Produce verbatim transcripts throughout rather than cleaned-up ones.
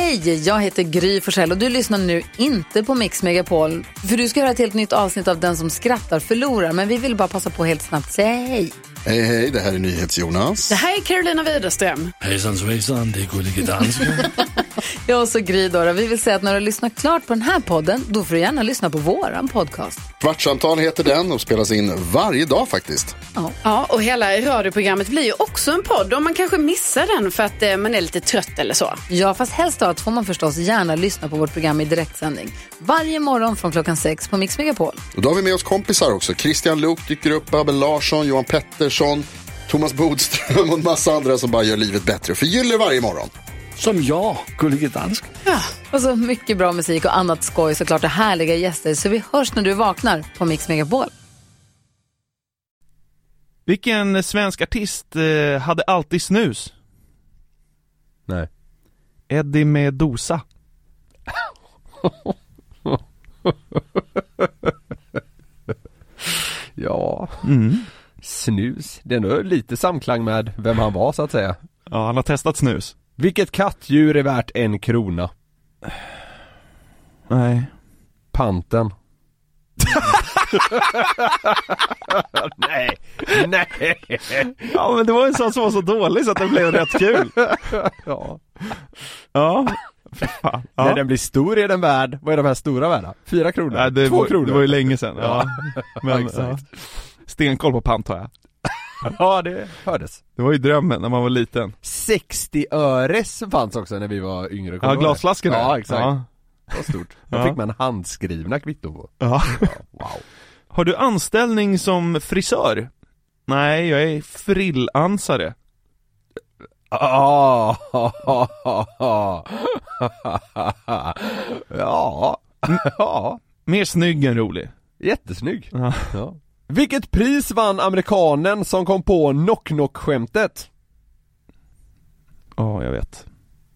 Hej, jag heter Gry Forssell och du lyssnar nu inte på Mix Megapol. För du ska höra ett helt nytt avsnitt av Den som skrattar förlorar. Men vi vill bara passa på helt snabbt säga hej. Hej, hej, det här är NyhetsJonas. Det här är Carolina Widerström. Hejsan svejsan, det är Gullige Dansken. Jag och så Gry då. Vi vill säga att när du har lyssnat klart på den här podden, då får du gärna lyssna på våran podcast. Kvartsamtal heter den och spelas in varje dag faktiskt. Ja, ja och hela radioprogrammet blir ju också en podd. Och man kanske missar den för att eh, man är lite trött eller så. Ja, fast helst då att får man förstås gärna lyssna på vårt program i direktsändning. Varje morgon från klockan sex på Mix Megapol. Och då har vi med oss kompisar också. Christian Luuk dyker upp, Abel Larsson, Johan Pettersson, Thomas Bodström och en massa andra som bara gör livet bättre. För gillar varje morgon. Som jag, Gullige Dansken. Ja, och så mycket bra musik och annat skoj, såklart, och härliga gäster. Så vi hörs när du vaknar på Mix Megapol. Vilken svensk artist eh, hade alltid snus? Nej. Eddie Meduza. Ja. Mm. Snus. Det är nog lite samklang med vem han var så att säga. Ja, han har testat snus. Vilket kattdjur är värt en krona? Nej. Panten. Nej. Nej. Ja, men det var en sån som var så dålig så att den blev rätt kul. Ja. Ja. Ja. När den blir stor är den värd. Vad är de här stora värda? Fyra kronor? Nej, det Två var, kronor? Det var ju länge sedan. Ja. Men, exakt. ja. Stenkoll på pant har jag. Ja, det hördes. Det var ju drömmen när man var liten. sextio öres fanns också när vi var yngre. Ja, glasflaskorna. Ja, exakt. Ja. Det var stort. Då Ja. fick man handskrivna kvitto på. Ja. Ja, wow. Har du anställning som frisör? Nej, jag är frillansare. Ah, ja. Ja. Mer snygg än rolig. Jättesnygg. Ja. Ja. Vilket pris vann amerikanen som kom på knock-knock-skämtet? Ja, jag vet.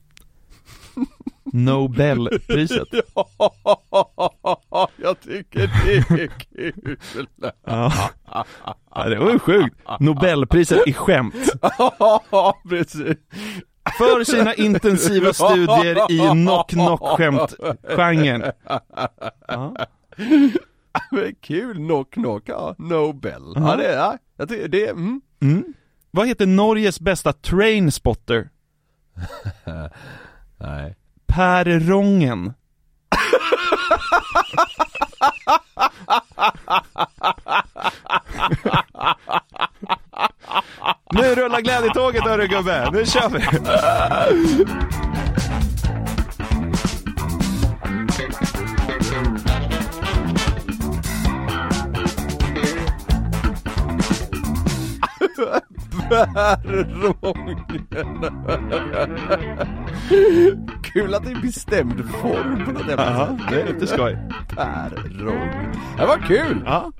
Nobelpriset. Ja, jag tycker det är kul. Ja. Ja, det var ju sjukt. Nobelpriset i skämt. Ja, precis. För sina intensiva studier i knock-knock-skämt-genren. Ja. Men kul, knock-knock, ja. Nobel. Uh-huh. Ja, det är, ja. Jag tycker det är, mm. Mm. Vad heter Norges bästa trainspotter? Nej. Perrongen. Nu rullar glädjetåget, hörru gubbe. Nu kör vi. Perrongen. Kul att det är bestämd form på något jävla Aha, sätt. det är lite skoj. Perrong. Det var kul. Ja.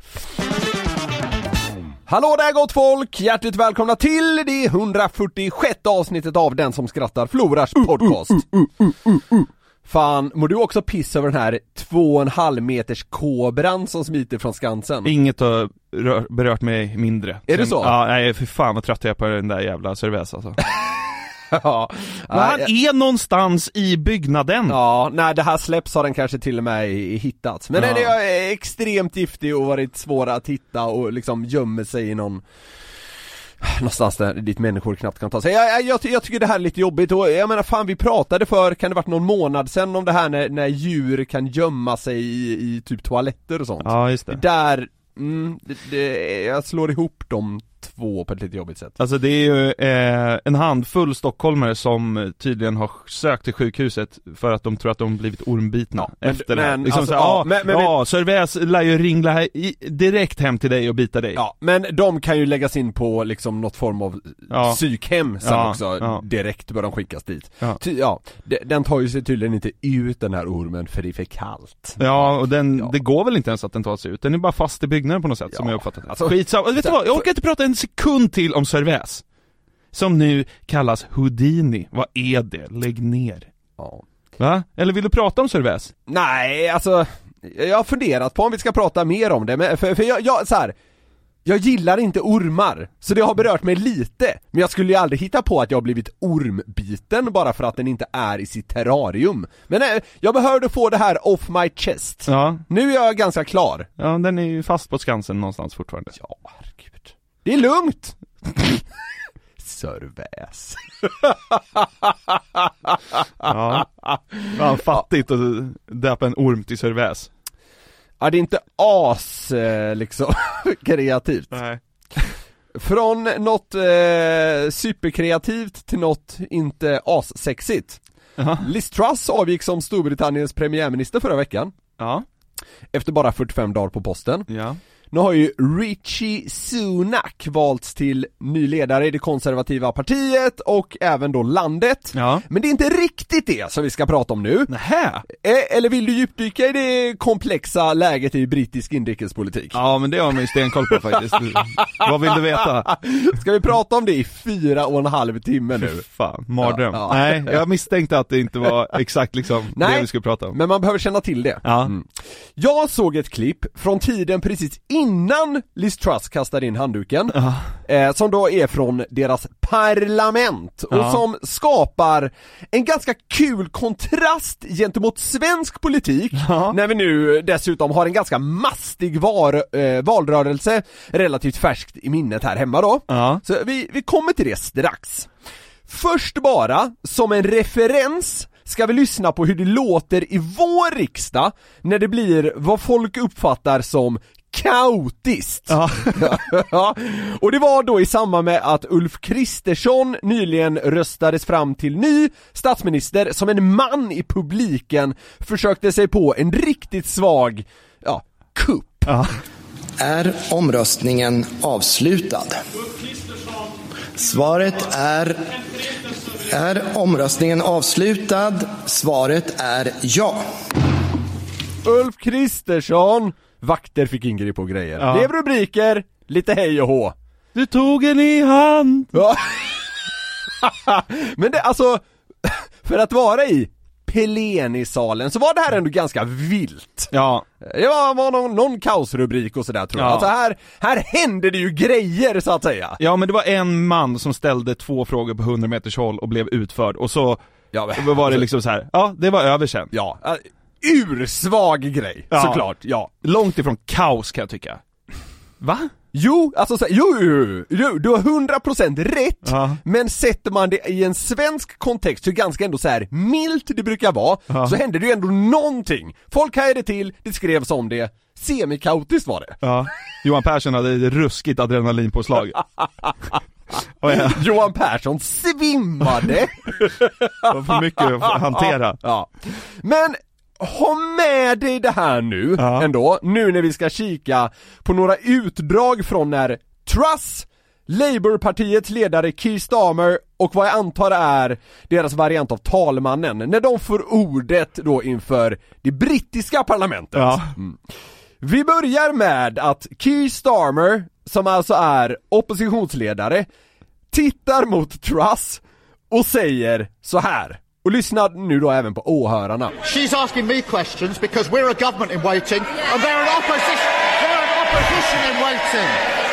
Hallå där gott folk, hjärtligt välkomna till det hundrafyrtiosjätte avsnittet av Den som skrattar förlorars podcast. Fan, må du också pissa över den här två och en halv meters kobran som smiter från Skansen? Inget har rör, berört mig mindre. Är det så? Ja, nej, för fan vad trött jag är på den där jävla Cerveza alltså. Ja. Men han är någonstans i byggnaden. Ja, när det här släpps har den kanske till och med hittats. Men Ja. den är extremt giftig och varit svår att hitta och liksom gömmer sig i någon någonstans där dit människor knappt kan ta sig. Jag, jag, jag tycker det här är lite jobbigt och jag menar fan vi pratade för, kan det varit någon månad sedan om det här när, när djur kan gömma sig i, i typ toaletter och sånt. Ja, just det. Där, mm, det, det, jag slår ihop de två på ett lite jobbigt sätt. Alltså det är ju eh, en handfull stockholmare som tydligen har sökt till sjukhuset för att de tror att de blivit ormbitna men, efter det. men, Liksom alltså, så, ja, ja, men, men, ja Cervez lär ju ringla här i, direkt hem till dig och bita dig. Ja, men de kan ju läggas in på liksom något form av Ja. psykhem sen Ja, också. ja. Direkt bör de skickas dit. Ja. Ty, ja, de- den tar ju sig tydligen inte ut den här ormen för det är för kallt. Ja, och den, Ja. det går väl inte ens att den tar sig ut. Den är bara fast i byggnaden på något sätt, Ja. som jag uppfattat det. Alltså, Skitsamma. Vet du vad? Jag orkar inte prata en sekund till om Cervez. Som nu kallas Houdini. Vad är det? Lägg ner. Ja. Va? Eller vill du prata om Cervez? Nej, alltså jag har funderat på om vi ska prata mer om det, men för, för jag, jag så här. jag gillar inte ormar, så det har berört mig lite. Men jag skulle ju aldrig hitta på att jag har blivit ormbiten bara för att den inte är i sitt terrarium. Men nej, jag behövde få det här off my chest. Ja. Nu är jag ganska klar. Ja, den är ju fast på Skansen någonstans fortfarande. Ja, herregud. Det är lugnt. Sörväs. Ja. Fan, fattigt att döpa en orm till Sörväs. Ja, det är inte as eh, liksom kreativt. Nej. Från något eh, superkreativt till något inte assexigt. Uh-huh. Liz Truss avgick som Storbritanniens premiärminister förra veckan. Ja. Efter bara fyrtiofem dagar på posten. Ja. Nu har ju Rishi Sunak valts till ny ledare i det konservativa partiet och även då landet. Ja. Men det är inte riktigt det som vi ska prata om nu. Nähä. Eh, Eller vill du djupdyka i det komplexa läget i brittisk inrikespolitik? Ja, men det har man ju stenkoll på faktiskt. Vad vill du veta? Ska vi prata om det i fyra och en halv timme nu? Fan, mardröm. Ja, ja. Nej, jag misstänkte att det inte var exakt liksom Nej, det vi skulle prata om. Men man behöver känna till det. Ja. Mm. Jag såg ett klipp från tiden precis innan Liz Truss kastade in handduken. Ja. eh, Som då är från deras parlament. Och Ja. som skapar en ganska kul kontrast gentemot svensk politik. Ja. När vi nu dessutom har en ganska mastig var, eh, valrörelse relativt färskt i minnet här hemma då. Ja. Så vi, vi kommer till det strax. Först bara, som en referens, ska vi lyssna på hur det låter i vår riksdag när det blir vad folk uppfattar som kaotiskt. Ja. Ja. Och det var då i samband med att Ulf Kristersson nyligen röstades fram till ny statsminister som en man i publiken försökte sig på en riktigt svag, ja, kupp. Ja. Är omröstningen avslutad? Svaret är... Är omröstningen avslutad? Svaret är ja. Ulf Kristersson, vakter fick ingripa på grejer. Ja. Det är rubriker, lite hej och hå. Du tog en i hand. Ja. Men det, alltså, för att vara i Pelenisalen så var det här ändå ganska vilt. Ja. Det var, var någon, någon kaosrubrik och sådär tror jag. Ja. Alltså här, här hände det ju grejer så att säga. Ja, men det var en man som ställde två frågor på hundra meters håll och blev utförd. Och så Ja, men, var det liksom så här. Ja, det var över sen. Ja, äh, ursvag grej, Ja. såklart, ja. Långt ifrån kaos kan jag tycka. Va? Jo, alltså så, jo, jo, jo, du har hundra procent rätt. Ja. Men sätter man det i en svensk kontext så är det ganska ändå så här milt det brukar vara. Ja. Så hände det ju ändå någonting. Folk hajade till, det skrevs om det. Semikaotiskt var det. Ja. Johan Persson hade ett ruskigt adrenalinpåslag. Och ja, Johan Persson svimmade. det var för mycket att hantera. Ja. Men ha med dig det här nu, Ja. ändå, nu när vi ska kika på några utdrag från när Truss, Labourpartiets ledare Keir Starmer och vad jag antar är deras variant av talmannen, när de får ordet då inför det brittiska parlamentet. Ja. Mm. Vi börjar med att Keir Starmer, som alltså är oppositionsledare, tittar mot Truss och säger så här. Och lyssna nu då även på åhörarna. She's asking me questions because we're a government in waiting and they're an opposition, they're an opposition in waiting.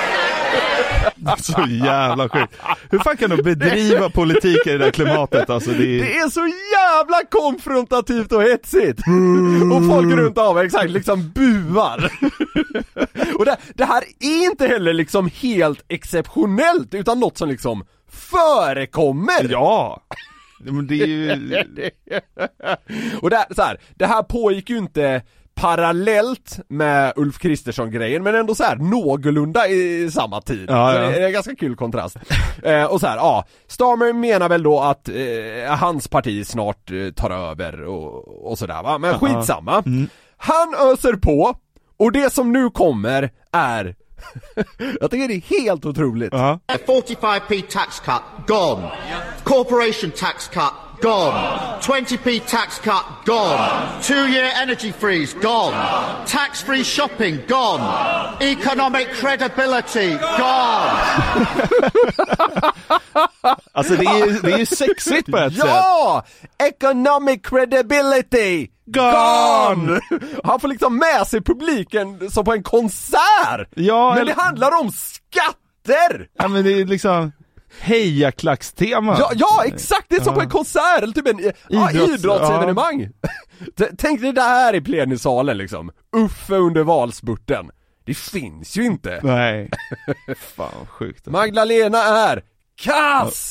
Så jävla sjukt. Hur fan kan de bedriva politik i det där klimatet? Alltså, det är... Det är så jävla konfrontativt och hetsigt. Och folk runt av exakt liksom buar. Och det, det här är inte heller liksom helt exceptionellt utan något som liksom förekommer. Ja. Men det är ju... Och det, så här, det här pågick ju inte parallellt med Ulf Kristersson-grejen, men ändå så här någorlunda i samma tid. Ja, så ja. det är en ganska kul kontrast. eh, och så här, ja, Starmer menar väl då att eh, hans parti snart eh, tar över och, och sådär va, men skitsamma. Mm. Han öser på, och det som nu kommer är jag tycker det är helt otroligt. Ja. A forty-five p tax cut, gone. Corporation tax cut, gone. twenty p tax cut, gone. Two-year energy freeze, gone. Tax-free shopping, gone. Economic credibility, gone. Alltså det är, det är ju sexigt på ett sätt. Ja! Economic credibility gone! Han får liksom med sig publiken som på en konsert. Ja, men eller... det handlar om skatter. Ja, men det är liksom hejaklackstema. Ja, ja, exakt, det är som ja. på en konsert eller typ en ja, Idrotts, idrottsevenemang. Ja. Tänk dig det här i plenisalen liksom. Uffe under valspurten. Det finns ju inte. Nej. Fan sjukt. Magdalena är kass!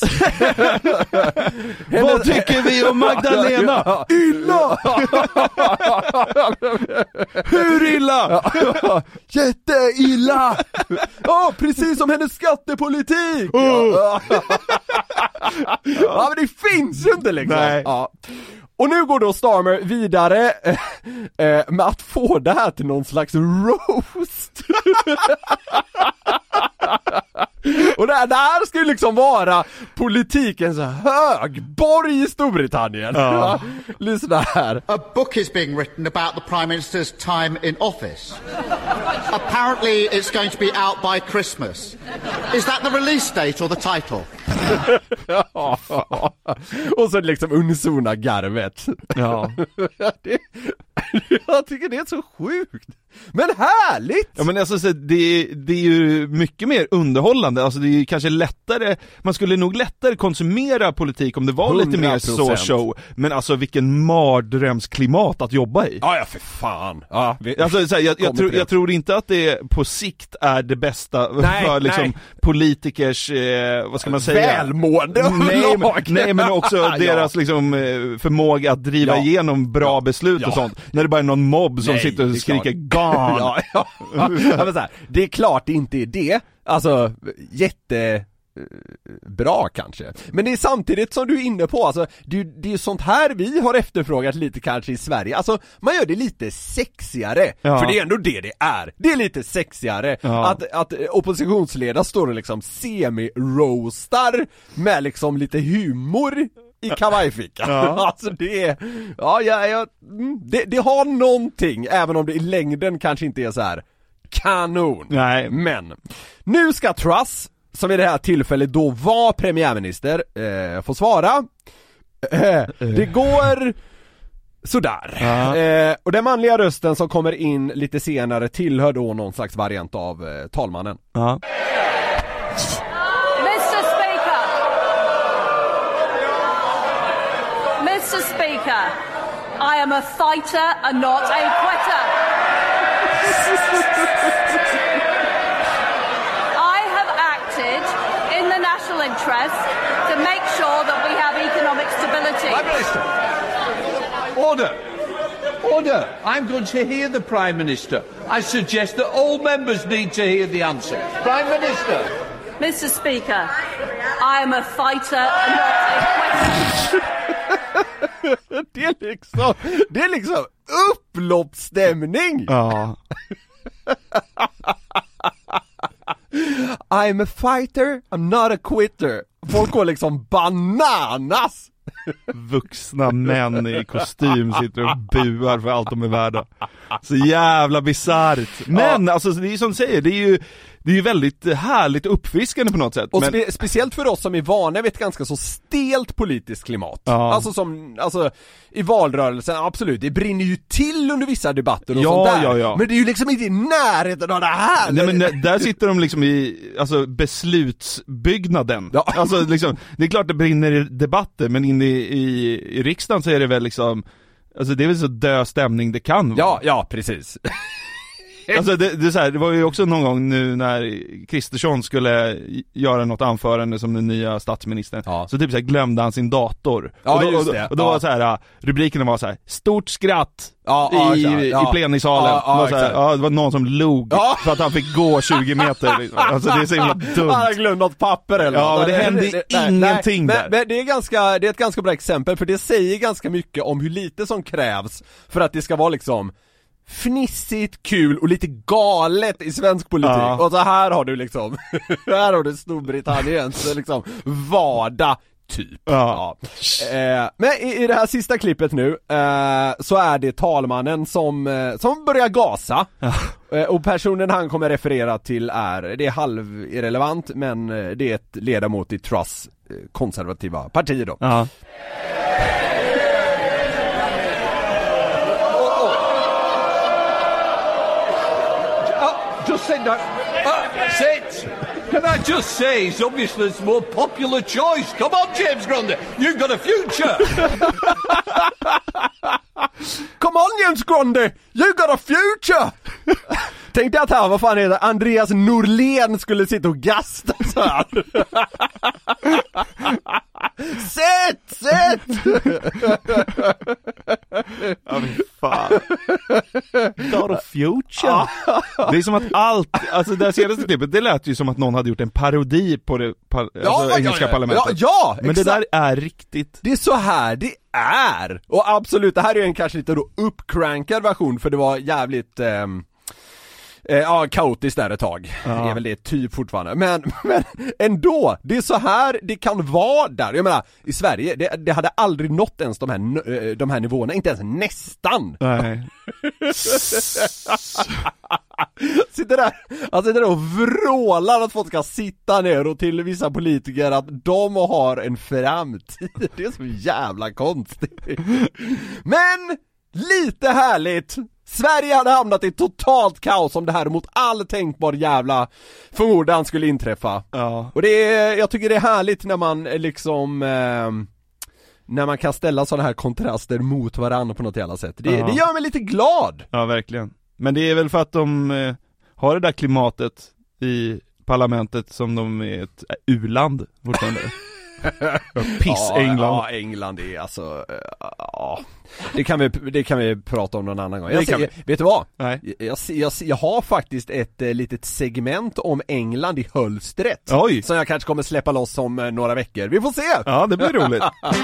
Vad tycker vi om Magdalena? Illa! Hur illa? Jätteilla! Ja, precis som hennes skattepolitik! Ja. Ja, men det finns ju inte liksom. Nej. Ja. Och nu går då Starmer vidare eh, med att få det här till någon slags roast. Och det här, det här ska ju liksom vara politikens högborg i Storbritannien. Ja. Lyssna här. A book is being written about the Prime Minister's time in office. Apparently it's going to be out by Christmas. Is that the release date or the title? Ja. Och så liksom unisona garvet. Ja. det, jag tycker det är så sjukt. Men härligt! Ja, men alltså, så det, det är ju mycket mer underhållande. Alltså det är ju kanske lättare, man skulle nog lättare konsumera politik om det var lite mer så show. Men alltså vilken mardrömsklimat att jobba i. Ja, ja för fan. Ja, vi, alltså, så här, jag, jag, tror, jag tror inte att det på sikt är det bästa nej, för liksom nej. politikers, eh, vad ska man säga? Välmående. Nej, men, nej, men också ja. deras liksom, förmåga att driva ja. igenom bra ja. beslut och ja. sånt. När det bara är någon mobb som nej, sitter och skriker gone. Ja, ja. Ja, men så här, det är klart det inte är det. Alltså, jätte... bra kanske. Men det är samtidigt som du är inne på, alltså, det, det är ju sånt här vi har efterfrågat lite kanske i Sverige. Alltså, man gör det lite sexigare. Ja. För det är ändå det det är. Det är lite sexigare ja. att, att oppositionsledare står och liksom semi-roastar med liksom lite humor i kavajfickan. Ja. Alltså det är ja, ja, ja det, det har någonting, även om det i längden kanske inte är så här kanon. Nej. Men nu ska Truss, som i det här tillfället då var premiärminister, eh, få svara. Eh, det går sådär. Ja. Eh, och den manliga rösten som kommer in lite senare tillhör då någon slags variant av eh, talmannen. Ja. mister Speaker. mister Speaker, I am a fighter and not a quitter. In the national interest to make sure that we have economic stability. Prime Minister! Order! Order! I'm going to hear the Prime Minister. I suggest that all members need to hear the answer. Prime Minister! mister Speaker, I am a fighter and not a quitter. det, är liksom, det är liksom upploppsstämning! Ja. I'm a fighter, I'm not a quitter. Folk går liksom bananas. Vuxna män i kostym sitter och buar för allt de är värda. Så jävla bizarrt. Men ja. alltså det är ju som du säger, det är ju det är ju väldigt härligt och uppfriskande på något sätt. Och men... spe- speciellt för oss som är vana vid ett ganska så stelt politiskt klimat. Ja. Alltså som, alltså i valrörelsen, absolut, det brinner ju till under vissa debatter och ja, sånt där. Ja, ja. Men det är ju liksom inte i närheten av det här. Nej, men där sitter de liksom i alltså beslutsbyggnaden. Ja. Alltså liksom, det är klart det brinner i debatter, men inne i, i, i riksdagen så är det väl liksom, alltså det är väl så dö stämning det kan vara. Ja, ja, precis. Alltså det, det, är så här, det var ju också någon gång nu när Kristersson skulle göra något anförande som den nya statsministern, ja. så typ så här glömde han sin dator. Ja, och då, just och, det. och då ja. var så här, rubrikerna var så här: stort skratt ja, i, ja, ja. i plenisalen. Ja, ja, det, var så här, ja, det var någon som log ja. för att han fick gå tjugo meter. Alltså det är så himla dumt. Han har glömt något papper eller ja, något. det hände det, det, ingenting nej, där. Men, men det är ganska, det är ett ganska bra exempel, för det säger ganska mycket om hur lite som krävs för att det ska vara liksom fnissigt, kul och lite galet i svensk politik. Ja. Och så här har du liksom här har du Storbritanniens liksom vardag typ. Ja. Ja. Eh, men i, i det här sista klippet nu eh, så är det talmannen som, eh, som börjar gasa. Ja. Eh, och personen han kommer referera till är, det är halvirrelevant, men det är ett ledamot i Truss konservativa partier då. Ja. Just sit down. Uh, sit. Can I just say, it's obviously the more popular choice. Come on, James Grundy. You've got a future. Come on, James Grundy. You got a future. Tänkte att här, vad fan är det? Andreas Norlén skulle sitta och gasta så här. Sätt, sätt! Ja, men fan. Got a future. Det är som att allt, alltså det senaste klippet, det lät ju som att någon hade gjort en parodi på det par, ja, alltså, engelska ja, ja, parlamentet. Ja, ja, men exakt. Det där är riktigt. Det är så här det är. Och absolut, det här är en kanske lite då uppcrankad version, för det var jävligt... Ehm... Eh, ja, kaotiskt där ett tag. Ja. Det är väl det typ fortfarande. Men, men ändå, det är så här det kan vara där. Jag menar, i Sverige, det, det hade aldrig nått ens de här, de här nivåerna. Inte ens nästan. Nej. Sitter där, alltså sitter där och vrålar att folk ska sitta ner och till vissa politiker att de har en framtid. Det är så jävla konstigt. Men, lite härligt. Sverige hade hamnat i totalt kaos om det här mot all tänkbar jävla förmodan skulle inträffa. Ja. Och det är, jag tycker det är härligt när man liksom eh, när man kan ställa sådana här kontraster mot varandra på något jävla sätt. Det, ja. det gör mig lite glad. Ja, verkligen. Men det är väl för att de eh, har det där klimatet i parlamentet som de är ett u-land fortfarande. Piss ja, England. Ja, England är alltså uh, ja. Det kan vi det kan vi prata om någon annan gång. Jag Det kan ser, vet du vad? Nej. Jag, jag, jag, jag har faktiskt ett uh, litet segment om England i hölstret. Oj. Som jag kanske kommer släppa loss om uh, några veckor. Vi får se. Ja, det blir roligt.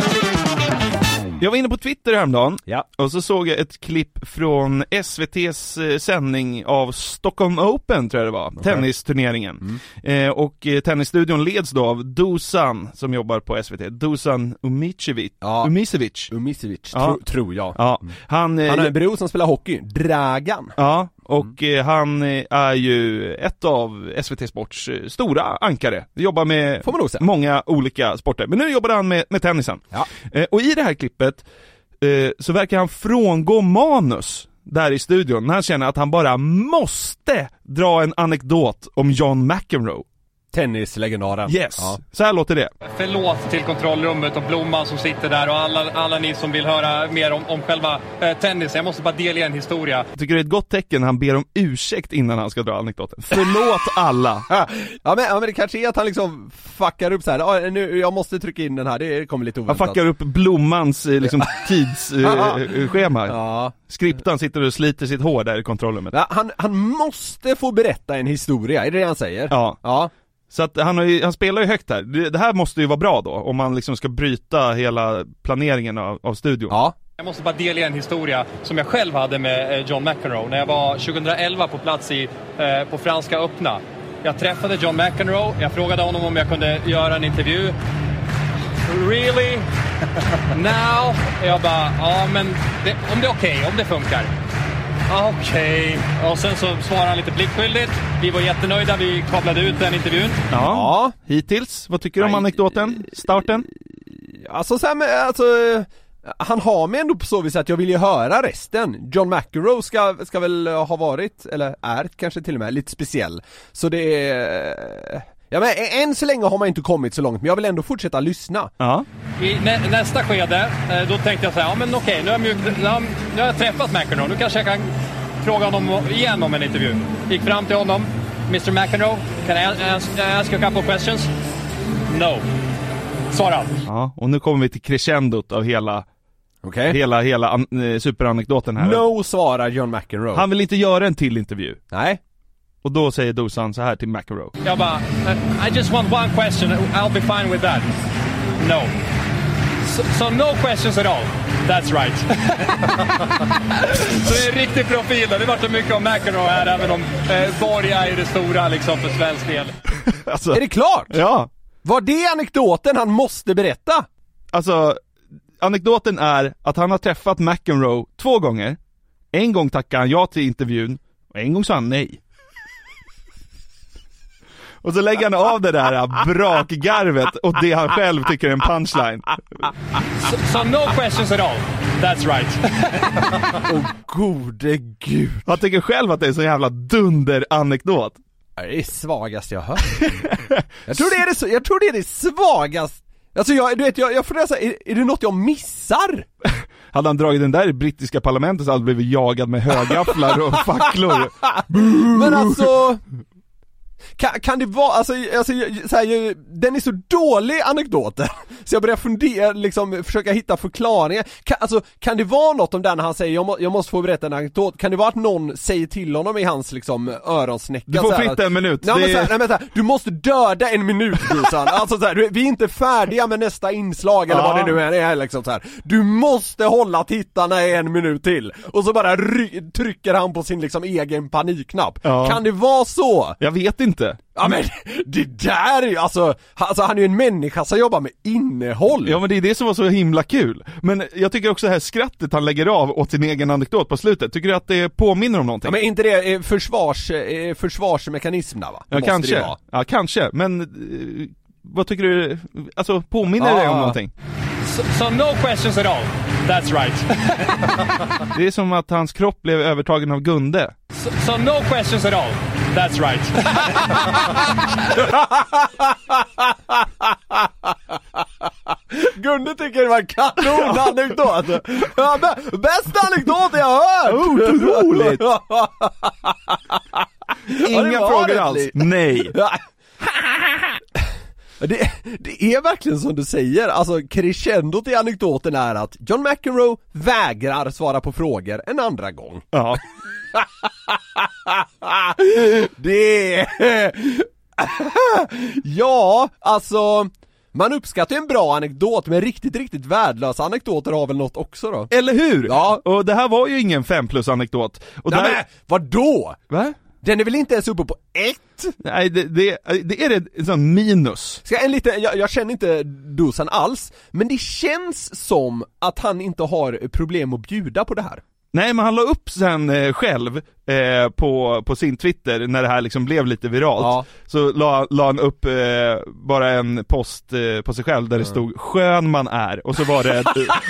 Jag var inne på Twitter häromdagen, ja. Och så såg jag ett klipp från S V T:s eh, sändning av Stockholm Open, tror jag det var, okay. Tennisturneringen. Mm. Eh, och eh, tennisstudion leds då av Dusan, som jobbar på S V T, Dusan Umicevic. Ja. Umicevic. Umicevic, ja. tro, tror jag. Ja. Mm. Han, eh, han har en bror som spelar hockey, Dragan. Ja, och mm. eh, han eh, är ju ett av S V T Sports eh, stora ankare. Jobbar med många olika sporter. Men nu jobbar han med, med tennisen. Ja. Eh, och i det här klippet eh, så verkar han frångå manus där i studion när han känner att han bara måste dra en anekdot om John McEnroe. Tennislegendaren. Yes, ja. Så här låter det. Förlåt till kontrollrummet och Blomman som sitter där och alla, alla ni som vill höra mer om, om själva eh, tennis. Jag måste bara delge en historia. Jag tycker det är ett gott tecken när han ber om ursäkt innan han ska dra anekdoten. Förlåt alla. ja, men, ja men det kanske är att han liksom fuckar upp så här. Ja, nu, jag måste trycka in den här, det kommer lite oväntat. Han fuckar upp Blommans liksom, tidsschema. Eh, ja. Skriptan sitter och sliter sitt hår där i kontrollrummet. Ja, han, han måste få berätta en historia, är det det han säger? Ja. Ja. Så att han, har ju, han spelar ju högt här. Det, det här måste ju vara bra då, om man liksom ska bryta hela planeringen av, av studion. Ja. Jag måste bara delge en historia som jag själv hade med John McEnroe när jag var tjugoelva på plats i, eh, på Franska öppna. Jag träffade John McEnroe, jag frågade honom om jag kunde göra en intervju. Really? Now? Jag bara, ja men det, om det är okej, okay, om det funkar. Okej, okay. Och sen så svarade han lite pliktskyldigt. Vi var jättenöjda, vi kablade ut den intervjun. Ja, ja. Hittills, vad tycker du om anekdoten? Starten? Alltså så här med, alltså han har mig ändå på så vis att jag vill ju höra resten. John McEnroe ska, ska väl ha varit, eller är kanske till och med, lite speciell. Så det är... Ja, men än så länge har man inte kommit så långt, men jag vill ändå fortsätta lyssna. Ja. I nä, nästa skede, då tänkte jag så här, ja men okej, nu har jag, mjuk, nu har jag träffat McEnroe, nu kanske jag kan fråga honom igen om en intervju. Gick fram till honom, mister McEnroe, can I ask, ask you a couple of questions? No. Svarade han. Ja, och nu kommer vi till crescendot av hela... Okay. Hela, hela an, eh, superanekdoten här. No, svarar John McEnroe. Han vill inte göra en till intervju. Nej. Och då säger Dusan så här till McEnroe. Jag bara, I just want one question, I'll be fine with that. No. So, so no questions at all. That's right. Så det är en riktig profil. Det var så mycket om McEnroe här, även om eh, Borg är det stora liksom för svensk del. Alltså, är det klart? Ja. Var det anekdoten han måste berätta? Alltså, anekdoten är att han har träffat McEnroe två gånger. En gång tackade han ja till intervjun och en gång sa han nej. Och så lägger han av det där brakgarvet och det han själv tycker är en punchline. So, so no questions at all. That's right. Åh oh, gode gud. Han tycker själv att det är så jävla dunder-anekdot. Det är det svagaste jag hört. jag, tror det är det så, jag tror det är det svagaste. Alltså jag, du vet, jag, jag funderar så här, är, är det något jag missar? Hade han dragit den där i brittiska parlamentet så hade han blivit jagad med högafflar och facklor. Men alltså... Kan, kan det vara, alltså, alltså så här, den är så dålig anekdoten så jag börjar fundera, liksom försöka hitta förklaringar. Kan, alltså, kan det vara något om den när han säger jag, må, jag måste få berätta en anekdot? Kan det vara att någon säger till honom i hans liksom öronsnäcka? Du får så här, fritt en minut. Nej, det... men så här, nej, men så här, du måste döda en minut, Dusan. Alltså så här, vi är inte färdiga med nästa inslag eller ja. vad det nu är, är liksom så här. Du måste hålla tittarna en minut till. Och så bara ry- trycker han på sin liksom egen panikknapp. Ja. Kan det vara så? Jag vet inte. Ja men det där är ju alltså, alltså han är ju en människa som jobbar med innehåll. Ja men det är det som var så himla kul. Men jag tycker också det här skrattet han lägger av åt sin egen anekdot på slutet. Tycker du att det påminner om någonting? Ja men inte det försvars, försvarsmekanism där va? Ja kanske, ja kanske. Men eh, vad tycker du, alltså påminner ah. det om någonting? So, so no questions at all. That's right. Det är som att hans kropp blev övertagen av Gunde. So, so no questions at all. That's right. Gunde tycker det var en kanonanekdot. Ja, bästa anekdot jag har hört. Otroligt. Inga ja, frågor alls. Nej. Det, det är verkligen som du säger. Alltså crescendot i anekdoten är att John McEnroe vägrar svara på frågor en andra gång. Ja. Det ja, alltså man uppskattar en bra anekdot, men riktigt, riktigt värdelösa anekdoter har väl något också då? Eller hur? Ja. Och det här var ju ingen fem plus anekdot. Och nej, där... men vadå? Va? Den är väl inte ens uppe på ett? Nej, det, det, det är det en sån minus. Ska en lite, jag, jag känner inte Dusan alls, men det känns som att han inte har problem att bjuda på det här. Nej, men han la upp sen eh, själv eh, på, på sin Twitter när det här liksom blev lite viralt. Ja. Så la, la han upp eh, bara en post eh, på sig själv där det stod skön man är. Och så var det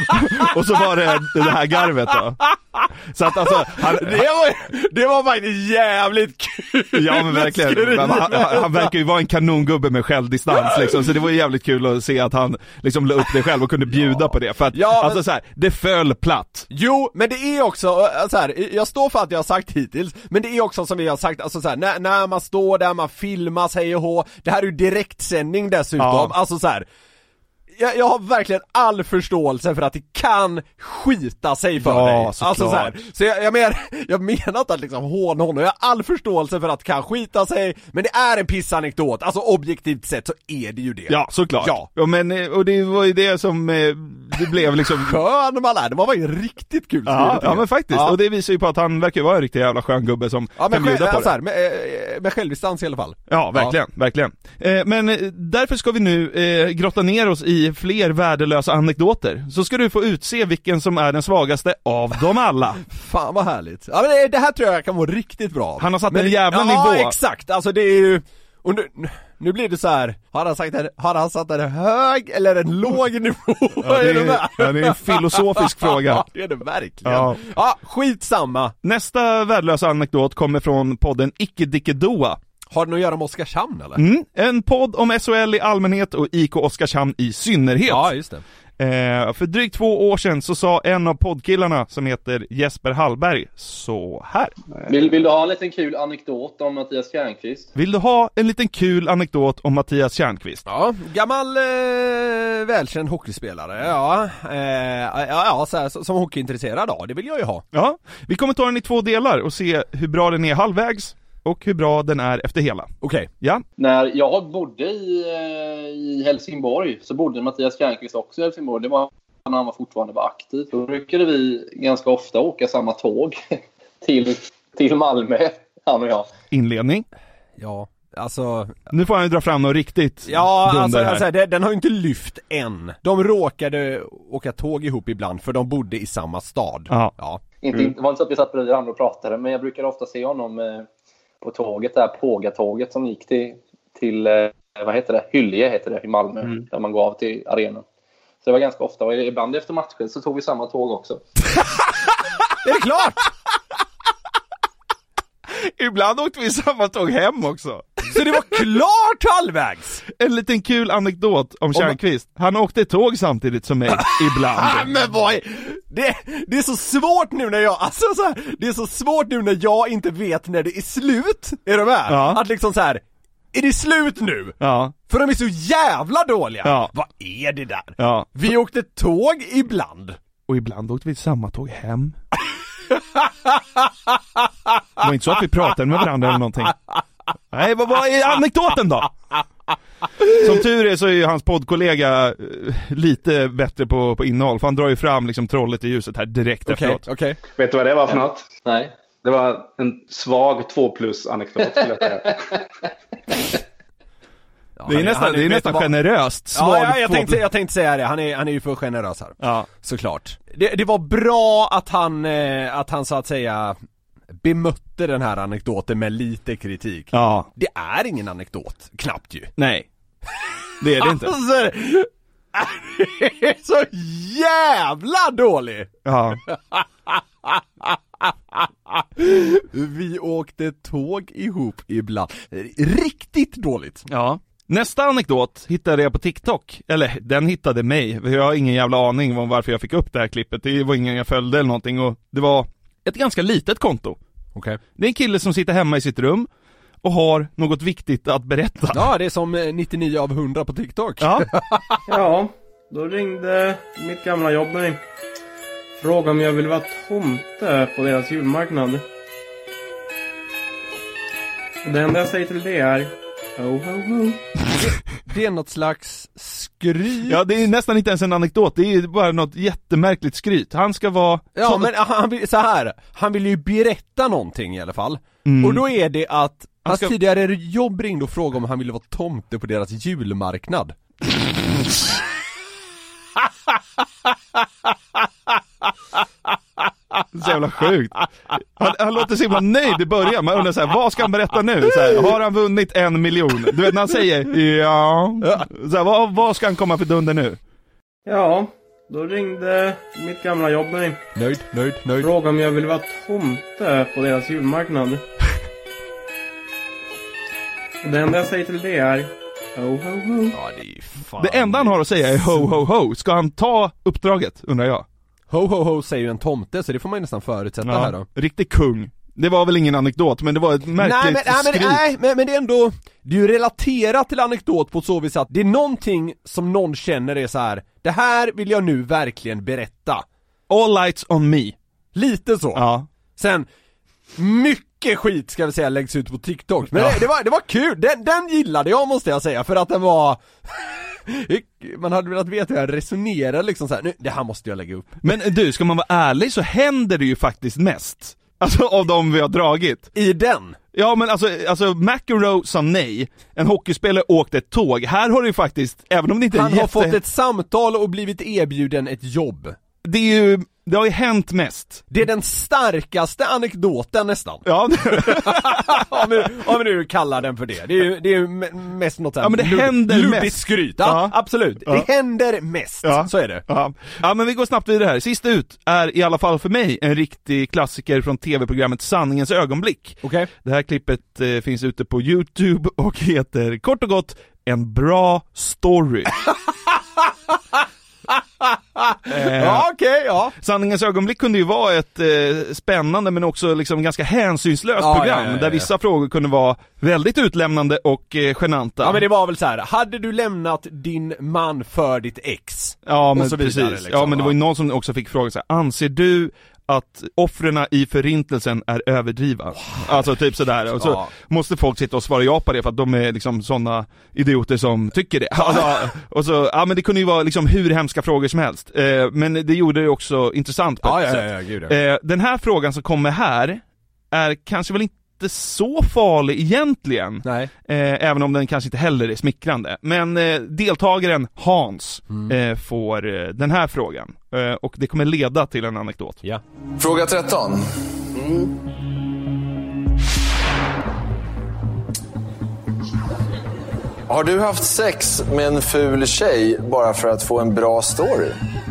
och så var det det här garvet då. Så att alltså han, det, var, det var faktiskt jävligt kul. Ja men verkligen. Han, han, han verkar ju vara en kanongubbe med självdistans liksom. Så det var ju jävligt kul att se att han liksom la upp det själv och kunde bjuda ja. på det. För att ja, alltså så här, det föll platt. Jo, men det är också så här, jag står för att jag har sagt hittills, men det är också som vi har sagt, alltså så här, när, när man står där, man filmar sig och det här är ju direktsändning dessutom, ja. Alltså så här. Jag, jag har verkligen all förståelse för att det kan skita sig för ja, dig. Alltså så här. Så jag, jag, men, jag menar inte att liksom håna honom. Jag har all förståelse för att det kan skita sig. Men det är en pissanekdot. Alltså objektivt sett så är det ju det. Ja, såklart. Ja. Ja, men, och det var ju det som eh, det blev liksom... skön man är. Det var ju riktigt kul. Ja, ja, men faktiskt. Ja. Och det visar ju på att han verkar vara en riktigt jävla skön gubbe som ja, kan bjuda på alltså det. här, med, med självdistans i alla fall. Ja, verkligen. Ja. verkligen. Eh, men eh, därför ska vi nu eh, grotta ner oss i fler värdelösa anekdoter. Så ska du få utse vilken som är den svagaste av dem alla. Fan vad härligt. Ja, men det, det här tror jag kan vara riktigt bra. Han har satt men, en jävla ja, nivå. Ja, exakt. Alltså det är ju... Och nu, nu blir det så här. Har han sagt en, har han satt en hög eller en låg nivå? Ja, det, är, ja, det är en filosofisk fråga. Ja, det är det verkligen. Ja, ja skitsamma. Nästa värdelösa anekdot kommer från podden Icke Dicke Doa. Har det något att göra med Oskarshamn eller? Mm, en podd om S H L i allmänhet och I K Oskarshamn i synnerhet. Ja, just det. Eh, för drygt två år sedan så sa en av poddkillarna som heter Jesper Hallberg så här. Vill, vill du ha en liten kul anekdot om Mattias Tjärnqvist? Vill du ha en liten kul anekdot om Mattias Tjärnqvist? Ja, gammal eh, välkänd hockeyspelare. Ja, eh, ja, ja så här, som hockeyintresserad då, det vill jag ju ha. Ja, vi kommer ta den i två delar och se hur bra den är halvvägs och hur bra den är efter hela. Okej. Okay. Ja. När jag bodde i, i Helsingborg så bodde Mattias Tjärnqvist också i Helsingborg. Det var när han var fortfarande var aktiv. Då brukade vi ganska ofta åka samma tåg till, till Malmö, han och jag. Inledning? Ja, alltså... Nu får han ju dra fram något riktigt. Ja, alltså, alltså det, den har ju inte lyft än. De råkade åka tåg ihop ibland för de bodde i samma stad. Ja. ja. Inte, mm. Det var inte så att vi satt bredvid varandra och pratade, men jag brukade ofta se honom... Eh, på tåget där, Pågatåget som gick till, till eh, vad heter det? Hyllie heter det i Malmö. Mm. Där man går av till arenan. Så det var ganska ofta. Och ibland efter matchen så tog vi samma tåg också. Är det klart? Ibland åkte vi samma tåg hem också. Så det var klart halvvägs. En liten kul anekdot om Tjärnqvist. Han åkte tåg samtidigt som mig ibland. Ah, men vad är... det, det är så svårt nu när jag alltså så här, det är så svårt nu när jag inte vet när det är slut. Är du med? Ja. Att liksom så här, är det slut nu? Ja. För de är så jävla dåliga. Ja. Vad är det där? Ja. Vi åkte tåg ibland. Och ibland åkte vi samma tåg hem. Det var inte så att vi pratade med varandra eller någonting. Nej, vad, vad är anekdoten då? Som tur är så är ju hans poddkollega eh, lite bättre på, på innehåll. För han drar ju fram liksom trollet i ljuset här direkt okay, efteråt. Okay. Vet du vad det var för något? Nej. Det var en svag två plus anekdot skulle jag säga. Ja, det är nästan, är, det är nästan vad... generöst. Svag ja, ja, jag, tänkte, jag tänkte säga det, han är, han är ju för generös här. Ja. Såklart. Det, det var bra att han, eh, att han så att säga bemötte den här anekdoten med lite kritik. Ja. Det är ingen anekdot, knappt ju. Nej, det är det inte. Alltså, det är så jävla dålig. Ja. Vi åkte tåg ihop ibland. Riktigt dåligt. Ja. Nästa anekdot hittade jag på TikTok. Eller, den hittade mig. Jag har ingen jävla aning om varför jag fick upp det här klippet. Det var ingen jag följde eller någonting. Och det var ett ganska litet konto. Okay. Det är en kille som sitter hemma i sitt rum och har något viktigt att berätta. Ja, det är som nittionio av hundra på TikTok. Ja, ja då ringde mitt gamla jobb mig. Frågade om jag ville vara tomte på deras julmarknad. Och det enda jag säger till det är ho, ho, ho. Det är något slags skryt. Ja, det är nästan inte ens en anekdot. Det är bara något jättemärkligt skryt. Han ska vara... Ja, så... men han vill, så här. Han vill ju berätta någonting i alla fall. Mm. Och då är det att hans ska... tidigare jobb ringde och frågade om han ville vara tomte på deras julmarknad. Så jävla sjukt. Han, han låter så himla nöjd i början. Man undrar så här, vad ska han berätta nu? Så här, har han vunnit en miljon? Du vet när han säger ja. Så här, vad, vad ska han komma för dunder nu? Ja, då ringde mitt gamla jobb mig. Nöjd, nöjd, nöjd. Frågade om jag ville vara tomte på deras julmarknad. Och det enda jag säger till det är ho, ho, ho. Ja, det är fan. Det enda han har att säga är ho, ho, ho. Ska han ta uppdraget, undrar jag? Ho, ho, ho säger ju en tomte, så det får man ju nästan förutsätta ja, här då. Riktig kung. Det var väl ingen anekdot, men det var ett märkligt nej, men, nej, skryt. Men, nej, men, men det är ändå, det är ju relaterat till anekdot på så vis att det är någonting som någon känner är så här: det här vill jag nu verkligen berätta. All lights on me. Lite så. Ja. Sen, mycket skit ska vi säga läggs ut på TikTok. Men ja. det, det, var, det var kul, den, den gillade jag måste jag säga, för att den var... Man hade velat veta hur jag resonerar liksom så här. Nu, det här måste jag lägga upp. Men du, ska man vara ärlig så händer det ju faktiskt mest. Alltså av dem vi har dragit. I den? Ja, men alltså, alltså McEnroe sa nej. En hockeyspelare åkte ett tåg. Här har det ju faktiskt, även om det inte är Han jätte... har fått ett samtal och blivit erbjuden ett jobb. Det är ju, det har ju hänt mest. Det är den starkaste anekdoten nästan. Ja. om, vi, om vi nu kallar den för det. Det är ju, det är ju mest något sånt. Ja, men det händer luddigt mest. skryt. Ja, ja. Absolut. Ja. Det händer mest. Ja. Så är det. Ja. Ja, men vi går snabbt vidare här. Sist ut är i alla fall för mig en riktig klassiker från tv-programmet Sanningens ögonblick. Okay. Det här klippet eh, finns ute på YouTube och heter kort och gott En bra story. eh, ja, okej, okay, ja. Sanningens ögonblick kunde ju vara ett eh, spännande men också liksom ganska hänsynslöst ja, program ja, ja, ja. där vissa frågor kunde vara väldigt utlämnande och eh, genanta. Ja, men det var väl så här: hade du lämnat din man för ditt ex? Ja, men så precis. Vidare, liksom. Ja, men det var ju någon som också fick fråga så här: anser du att offrena i förintelsen är överdriva? Wow. Alltså typ sådär. Och så ja. måste folk sitta och svara ja på det för att de är liksom sådana idioter som tycker det. Alltså, och så, ja, men det kunde ju vara liksom hur hemska frågor som helst. Eh, men det gjorde det också intressant på ja, ett ja, sätt. Ja, ja, gud, ja. Eh, den här frågan som kommer här är kanske väl inte så farlig egentligen. Nej. Eh, även om den kanske inte heller är smickrande. Men eh, deltagaren Hans mm. eh, får eh, den här frågan. Eh, och det kommer leda till en anekdot. Ja. Fråga tretton. Mm. Har du haft sex med en ful tjej bara för att få en bra story?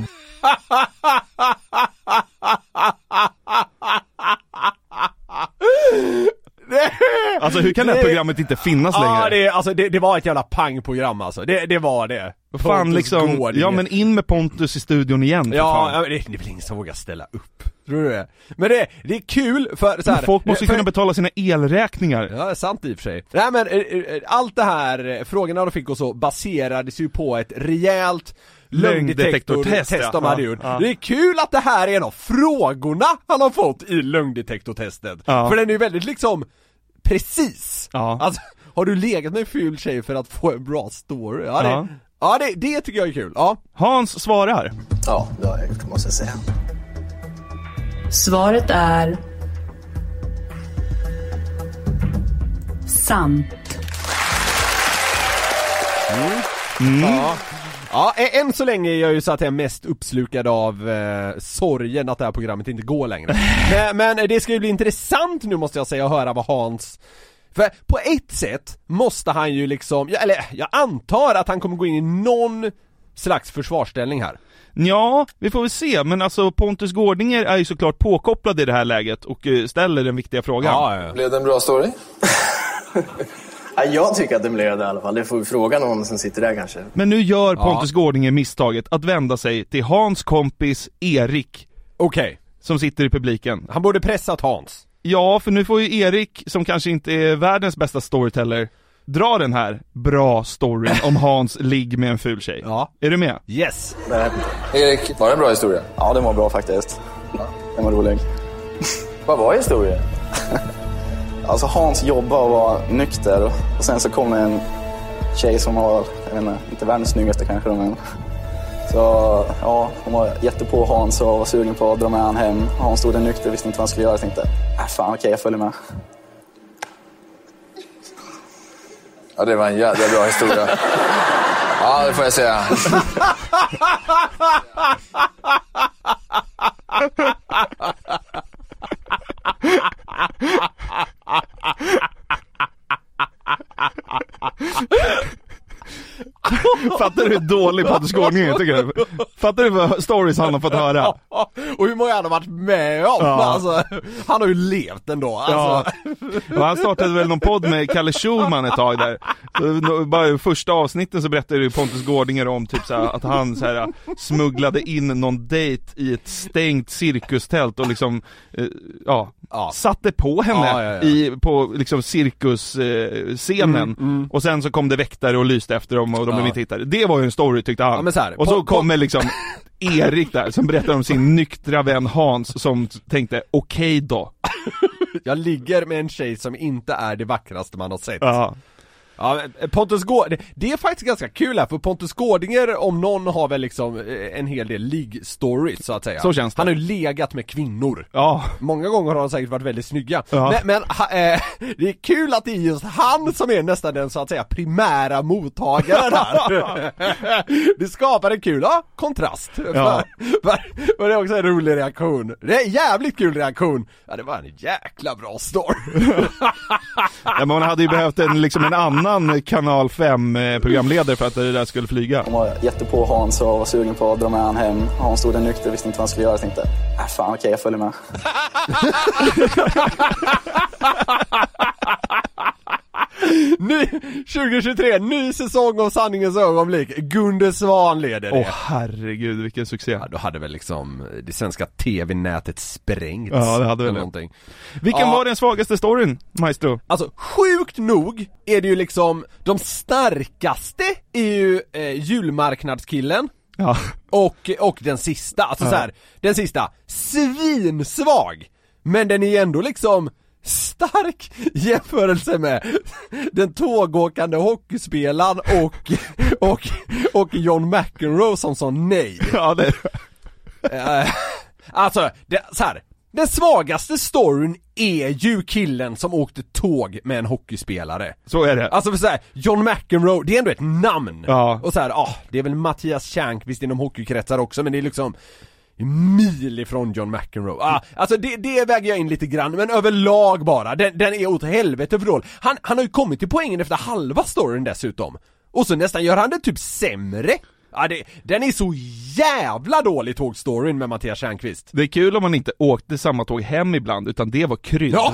Alltså hur kan det här programmet inte finnas längre? Ja, det, alltså, det, det var ett jävla pangprogram alltså. Det, det var det. Fan liksom, går, ja men in med Pontus i studion igen. Ja, ja det, det är väl ingen som vågar ställa upp. Tror du det? Men det, det är kul för så här, folk måste ju för, kunna betala sina elräkningar. Ja, det är sant i och för sig. Nej men allt det här, frågorna de fick och så baserades ju på ett rejält lögndetektortest ja. de hade gjort. Ja. Det är kul att det här är en av frågorna han har fått i lögndetektortestet. Ja. För den är ju väldigt liksom precis. Ja. Alltså, har du legat med en ful tjej för att få en bra story? Ja, det, ja. ja det, det tycker jag är kul. Ja. Hans svarar. Ja, det har jag gjort, måste jag säga. Svaret är sant. Mm. Mm. Ja. Ja, än så länge är jag ju så att jag är mest uppslukad av eh, sorgen att det här programmet inte går längre. men, men det ska ju bli intressant nu måste jag säga att höra vad Hans... För på ett sätt måste han ju liksom... Eller jag antar att han kommer gå in i någon slags försvarsställning här. Ja, vi får väl se. Men alltså Pontus Gårdinger är ju såklart påkopplad i det här läget och ställer den viktiga frågan. Ja, ja. Blev det en bra story? Ja, jag tycker att det blev det i alla fall. Det får vi fråga någon som sitter där kanske. Men nu gör Pontus ja. Gårdinger misstaget att vända sig till Hans kompis Erik. Okej. Okay. Som sitter i publiken. Han borde pressat Hans. Ja, för nu får ju Erik, som kanske inte är världens bästa storyteller, dra den här bra storyn om Hans ligg med en ful tjej. Ja. Är du med? Yes. Erik, var det en bra historia? Ja, det var bra faktiskt. Ja, den var rolig. Vad var historien? Alltså Hans jobbade och var nykter och sen så kom en tjej som var, jag vet inte, inte världens snyggaste kanske då, men så ja, hon var jättepå Hans och var sugen på att dra med han hem. Hans stod där nykter, visste inte vad han skulle göra. Jag tänkte, äh fan okej, okay, jag följer med. Ja, det var en jävla bra historia. Ja, det får jag säga. Fattar du hur dålig Pontus Gårdinger tycker du? Fattar du vad stories han har fått höra? Och hur många han har varit med om? Ja. Alltså, han har ju levt ändå alltså. Ja. Och han startade väl någon podd med Kalle Schulman ett tag där. Så, bara i första avsnitten så berättade ju Pontus Gårdinger om typ så här, att han så här, smugglade in någon dejt i ett stängt cirkustält och liksom eh, ja, ja, satte på henne ja, ja, ja. I, på liksom cirkusscenen eh, mm, mm. och sen så kom det väktare och lyste efter dem och de blev inte hittade. Det var ju en story tyckte han. Ja, men så här, och så på, kommer liksom Erik där som berättar om sin nyktra vän Hans som tänkte okej okay då. Jag ligger med en tjej som inte är det vackraste man har sett. Ja. Ja, Pontus Gårdinger, det är faktiskt ganska kul här, för Pontus Gårdinger om någon har väl liksom en hel del ligg-stories så att säga. Så känns det. Han har ju legat med kvinnor. Ja. Många gånger har han säkert varit väldigt snygga. Ja. Men, men äh, det är kul att det är just han som är nästan den så att säga primära mottagaren här. Det skapar en kul ja, kontrast. Ja. Och det är också en rolig reaktion. Det är en jävligt kul reaktion. Ja, det var en jäkla bra story. Ja, men man hade ju behövt en, liksom en annan kanal fem programledare för att det där skulle flyga. Han var jättepå Hans och var sugen på att dra med han hem. Hans stod där nykter, visste inte vad han skulle göra. Jag tänkte, äh fan okej, okay, jag följer med. Ny, tjugohundratjugotre, ny säsong av Sanningens ögonblick. Gunde Svan leder det. Åh oh, herregud, vilken succé. Ja, då hade väl liksom det svenska tv-nätet sprängts. Ja, det hade väl någonting. Vilken ja. var den svagaste storyn, Maestro? Alltså, sjukt nog är det ju liksom de starkaste är ju eh, julmarknadskillen. Ja. Och, och den sista, alltså ja. så här, den sista, svinsvag. Men den är ju ändå liksom stark jämförelse med den tågåkande hockeyspelaren och, och, och John McEnroe som sa nej. Ja, det är... Alltså, det, så här, den svagaste storyn är ju killen som åkte tåg med en hockeyspelare. Så är det. Alltså för så här, John McEnroe, det är ändå ett namn. Ja. Och så här, ah, det är väl Mattias Tjärnqvist inom hockeykretsar också, men det är liksom mil ifrån John McEnroe. Ah, alltså det, det väger jag in lite grann, men överlag bara. Den, den är åt helvete för dålig. Han, han har ju kommit till poängen efter halva storyn dessutom. Och så nästan gör han det typ sämre. Ja, det, den är så jävla dålig tågstoryn med Mattias Tjärnqvist. Det är kul om man inte åkte samma tåg hem ibland, utan det var krydd. Ja.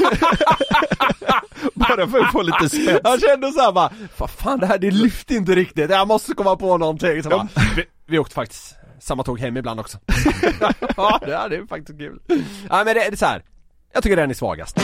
Bara för att få lite spets. Jag kände så här bara, vad fan det här, det lyfter inte riktigt. Jag måste komma på någonting. Så bara, vi, vi åkte faktiskt samma tåg hem ibland också. Ja, det är faktiskt kul. Ja, men det, det är så här. Jag tycker den är svagast.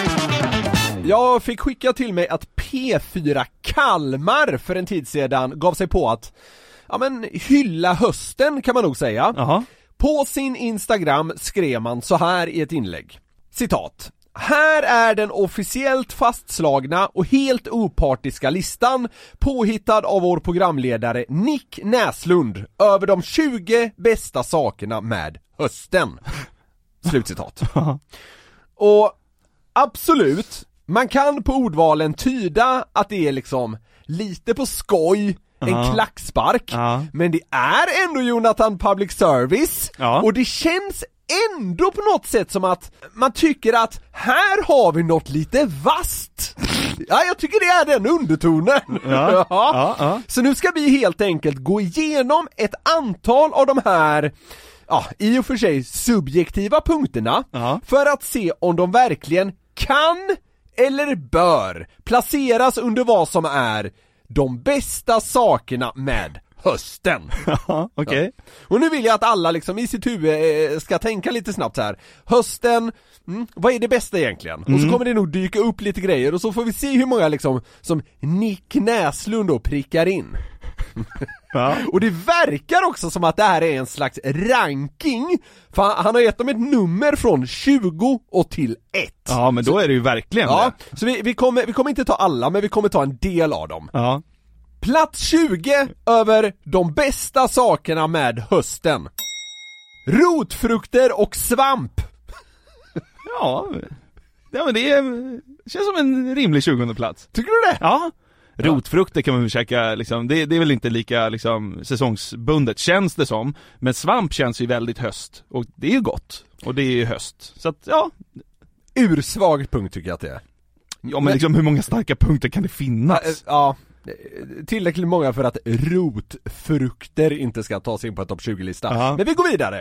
Jag fick skicka till mig att P fyra Kalmar för en tid sedan gav sig på att ja, men hylla hösten kan man nog säga. Aha. På sin Instagram skrev man så här i ett inlägg. Citat. Här är den officiellt fastslagna och helt opartiska listan påhittad av vår programledare Nick Näslund över de tjugo bästa sakerna med hösten. Slutcitat. Och absolut, man kan på ordvalen tyda att det är liksom lite på skoj, en uh-huh. klackspark, uh-huh. men det är ändå Jonathan Public Service, uh-huh. och det känns ändå på något sätt som att man tycker att här har vi något lite vast. Ja, jag tycker det är den undertonen. Ja, ja. Ja. Så nu ska vi helt enkelt gå igenom ett antal av de här, ja, i och för sig subjektiva punkterna, ja. För att se om de verkligen kan eller bör placeras under vad som är de bästa sakerna med hösten. Ja, okej. Okay. Ja. Och nu vill jag att alla liksom i sitt huvud ska tänka lite snabbt så här. Hösten, mm, vad är det bästa egentligen? Mm. Och så kommer det nog dyka upp lite grejer och så får vi se hur många liksom som Nick Näslund då prickar in. Ja. Och det verkar också som att det här är en slags ranking, för han har gett dem ett nummer från tjugo och till ett. Ja, men då så, är det ju verkligen ja, det. Så vi, vi, kommer, vi kommer inte ta alla, men vi kommer ta en del av dem. Ja. Plats tjugo över de bästa sakerna med hösten. Rotfrukter och svamp. Ja, ja men det är, känns som en rimlig tjugonde plats. Tycker du det? Ja. Rotfrukter kan man väl käka liksom, det, det är väl inte lika liksom säsongsbundet känns det som, men svamp känns ju väldigt höst och det är ju gott och det är ju höst. Så att ja, ursvag punkt tycker jag att det är. Ja, men, men liksom hur många starka punkter kan det finnas? Ja, tillräckligt många för att rotfrukter inte ska ta sig in på ett topp tjugo-lista. Uh-huh. Men vi går vidare.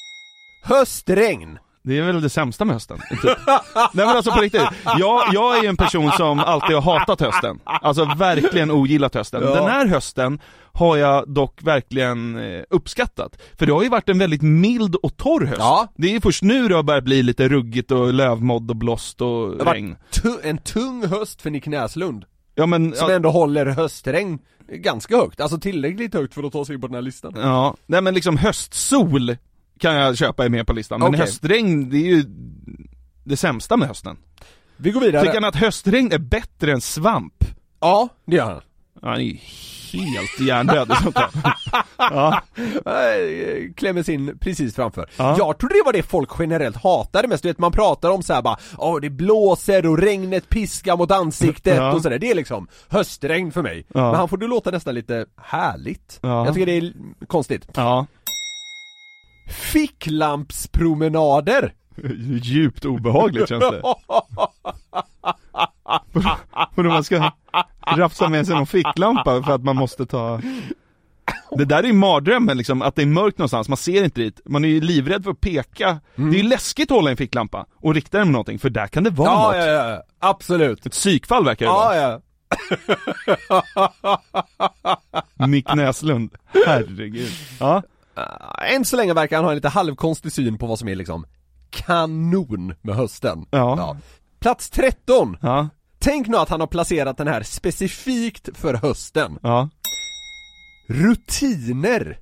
Höstregn. Det är väl det sämsta med hösten. Typ. Nej men alltså på riktigt. Jag, jag är ju en person som alltid har hatat hösten. Alltså verkligen ogillat hösten. Ja. Den här hösten har jag dock verkligen uppskattat. För det har ju varit en väldigt mild och torr höst. Ja. Det är först nu det har börjat bli lite ruggigt och lövmodd och blåst och regn. Tu- en tung höst för Nick Näslund. Ja, men, som ja. ändå håller höstregn ganska högt. Alltså tillräckligt högt för att ta sig in på den här listan. Ja, nej men liksom höstsol kan jag köpa är med på listan. Men okay. Höstregn, det är ju det sämsta med hösten. Vi går vidare. Tycker han att höstregn är bättre än svamp? Ja, det gör han. Ja, han är ju helt hjärndöd och sånt där. Ja. Klämmer in precis framför. Ja. Jag tror det var det folk generellt hatade mest. Du vet, man pratar om så här bara, åh oh, det blåser och regnet piskar mot ansiktet ja. Och sådär. Det är liksom höstregn för mig. Ja. Men han får du låta nästan lite härligt. Ja. Jag tycker det är konstigt. Ja. Ficklampspromenader. Djupt obehagligt känns det. För man ska rafsa med sig någon ficklampa för att man måste ta. Det där är ju mardrömmen liksom, att det är mörkt någonstans, man ser inte dit. Man är ju livrädd för att peka. Mm. Det är ju läskigt att hålla en ficklampa och rikta den med någonting, för där kan det vara ja, något. Ja, ja, absolut. Ett psykfall verkar det ja, vara. Ja. Nick Näslund. Herregud. Ja. Uh, än så länge verkar han ha en lite halvkonstig syn på vad som är liksom kanon med hösten. Ja. Ja. Plats tretton. Ja. Tänk nu att han har placerat den här specifikt för hösten. Ja. Rutiner.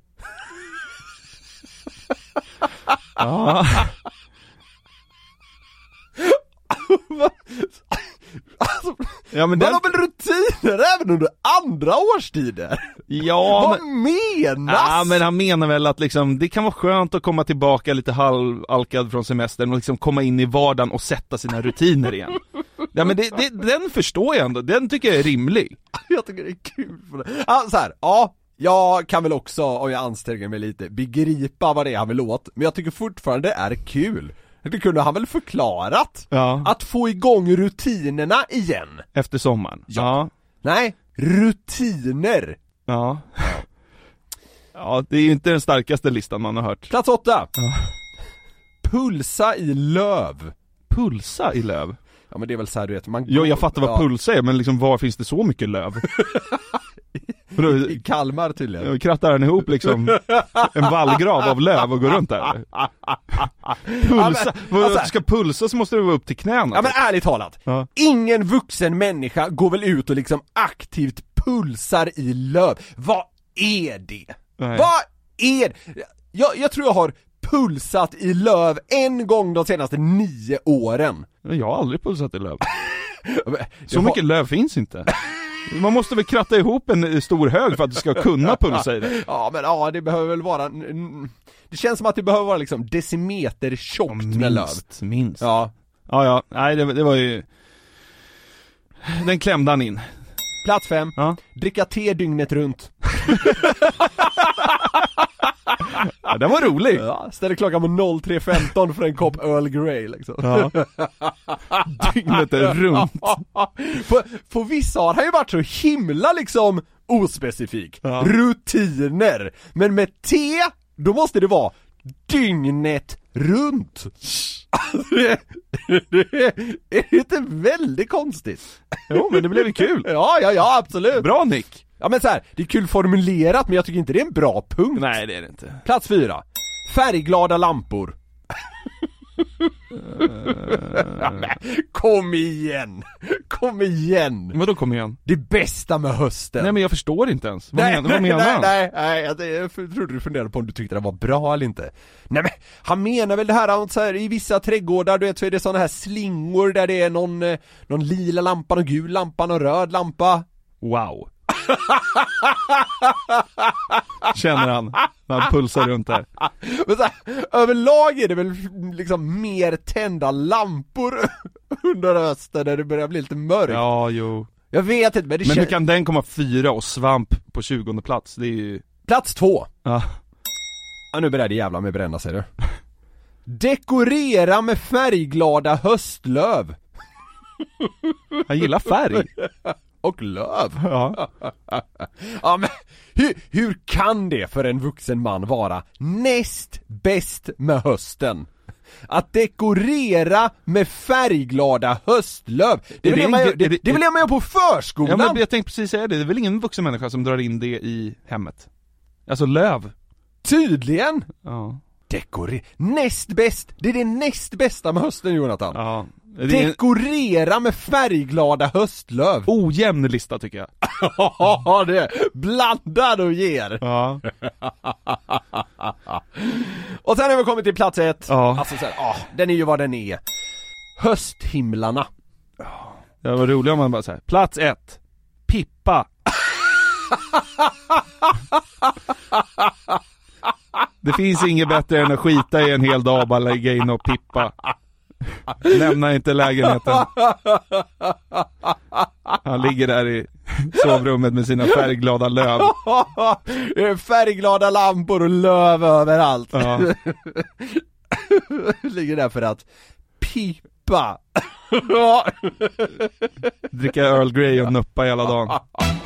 Ja. Alltså, ja, men man den... har väl rutiner även under andra årstider? Ja, vad men... menas? Ja, men han menar väl att liksom, det kan vara skönt att komma tillbaka lite halvalkad från semestern och liksom komma in i vardagen och sätta sina rutiner igen. Ja, men det, det, den förstår jag ändå. Den tycker jag är rimlig. Jag tycker det är kul för det. Ja, så här, ja, jag kan väl också, om jag anstränger mig lite, begripa vad det är han vill åt. Men jag tycker fortfarande det är kul. Det kunde han väl förklarat. Ja. Att få igång rutinerna igen. Efter sommaren. Ja. ja. Nej, rutiner. Ja. Ja, det är ju inte den starkaste listan man har hört. Plats åtta. Ja. Pulsa i löv. Pulsa i löv? Ja, men det är väl så här, du vet. Man jo, jag fattar vad ja. pulsa är, men liksom var finns det så mycket löv? I Kalmar tydligen. Krattar den ihop liksom en vallgrav av löv och går runt där. Pulsa, ja, men, alltså, ska pulsa så måste det vara upp till knäna. Ja, men ärligt talat. Ja. Ingen vuxen människa går väl ut och liksom aktivt pulsar i löv. Vad är det? Nej. Vad är det? Jag, jag tror jag har pulsat i löv en gång de senaste nio åren. Jag har aldrig pulsat i löv. Så har... mycket löv finns inte. Man måste väl kratta ihop en stor hög för att du ska kunna pulsa i det. Ja, men ja, det behöver väl vara... Det känns som att det behöver vara liksom decimeter tjockt ja, minst, med löv. Minst. Ja. Ja, ja. Nej, det, det var ju... Den klämde han in. Plats fem. Ja. Dricka te dygnet runt. Ja, den var rolig. Ja, ställer klockan på noll tre femton för en kopp Earl Grey liksom. Ja. Dygnet är runt. På, på vissa har han ju varit så himla liksom ospecifik. Ja. Rutiner. Men med te, då måste det vara dygnet runt. det, det, är det inte väldigt konstigt? Jo, men det blev ju kul. Ja, ja, ja, absolut. Bra, Nick. Ja, men så här, det är kul formulerat, men jag tycker inte det är en bra punkt. Nej, det är det inte. Plats fyra. Färgglada lampor. Ja, men, kom igen. Kom igen. Vadå kom igen? Det bästa med hösten. Nej, men jag förstår inte ens. Vad, nej, men, vad menar nej, han? Nej, nej, jag, jag trodde du funderade på om du tyckte det var bra eller inte. Nej, men han menar väl det här, så här i vissa trädgårdar, du vet, så är det såna här slingor där det är någon, någon lila lampa, någon gul lampa, någon röd lampa. Wow. Känner han när han pulsar runt där. Men så här, överlag är det väl liksom mer tända lampor under hösten när det börjar bli lite mörkt. Ja, jo. Jag vet inte, men det Men kän... hur kan den komma fyra och svamp på tjugonde plats? Det är ju... Plats två. Ja. Ja, nu börjar det jävla med bränna, ser du. Dekorera med färgglada höstlöv. Han gillar färg. Och löv. Ja. Ja, men hur, hur kan det för en vuxen man vara näst bäst med hösten? Att dekorera med färgglada höstlöv. Det vill jag med, det, det vill jag med på förskolan. Ja, men jag tänkte precis säga det. Det är väl ingen vuxen människa som drar in det i hemmet. Alltså löv. Tydligen. Ja. Dekorera. Näst bäst. Det är det näst bästa med hösten, Jonathan. Ja. Dekorera med färgglada höstlöv. Ojämn lista tycker jag. Ja, det blandar och ger. Ja. Och sen har vi kommit till plats ett. Ja. Alltså så här, ah, den är ju vad den är. Hösthimlarna. Det var roligt om man bara säger plats ett. Pippa. Det finns inget bättre än att skita i en hel dag och bara lägga in och pippa. Lämna inte lägenheten. Han ligger där i sovrummet med sina färgglada löv. Färgglada lampor och löv överallt. Ja. Ligger där för att pippa. Dricka Earl Grey och nuppa hela dagen.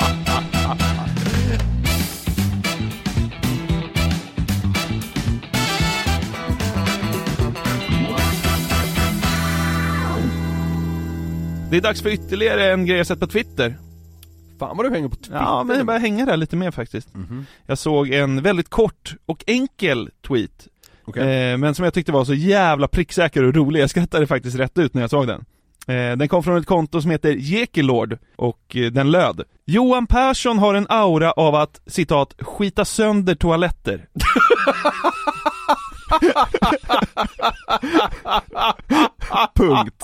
Det är dags för ytterligare en grej jag sett på Twitter. Fan vad du hänger på Twitter. Ja, men jag bara hänger där lite mer faktiskt. Mm-hmm. Jag såg en väldigt kort och enkel tweet. Okay. Eh, men som jag tyckte var så jävla pricksäker och rolig. Jag skrattade faktiskt rätt ut när jag såg den. Eh, den kom från ett konto som heter Jekilord och eh, den löd: Johan Persson har en aura av att, citat, skita sönder toaletter. Punkt.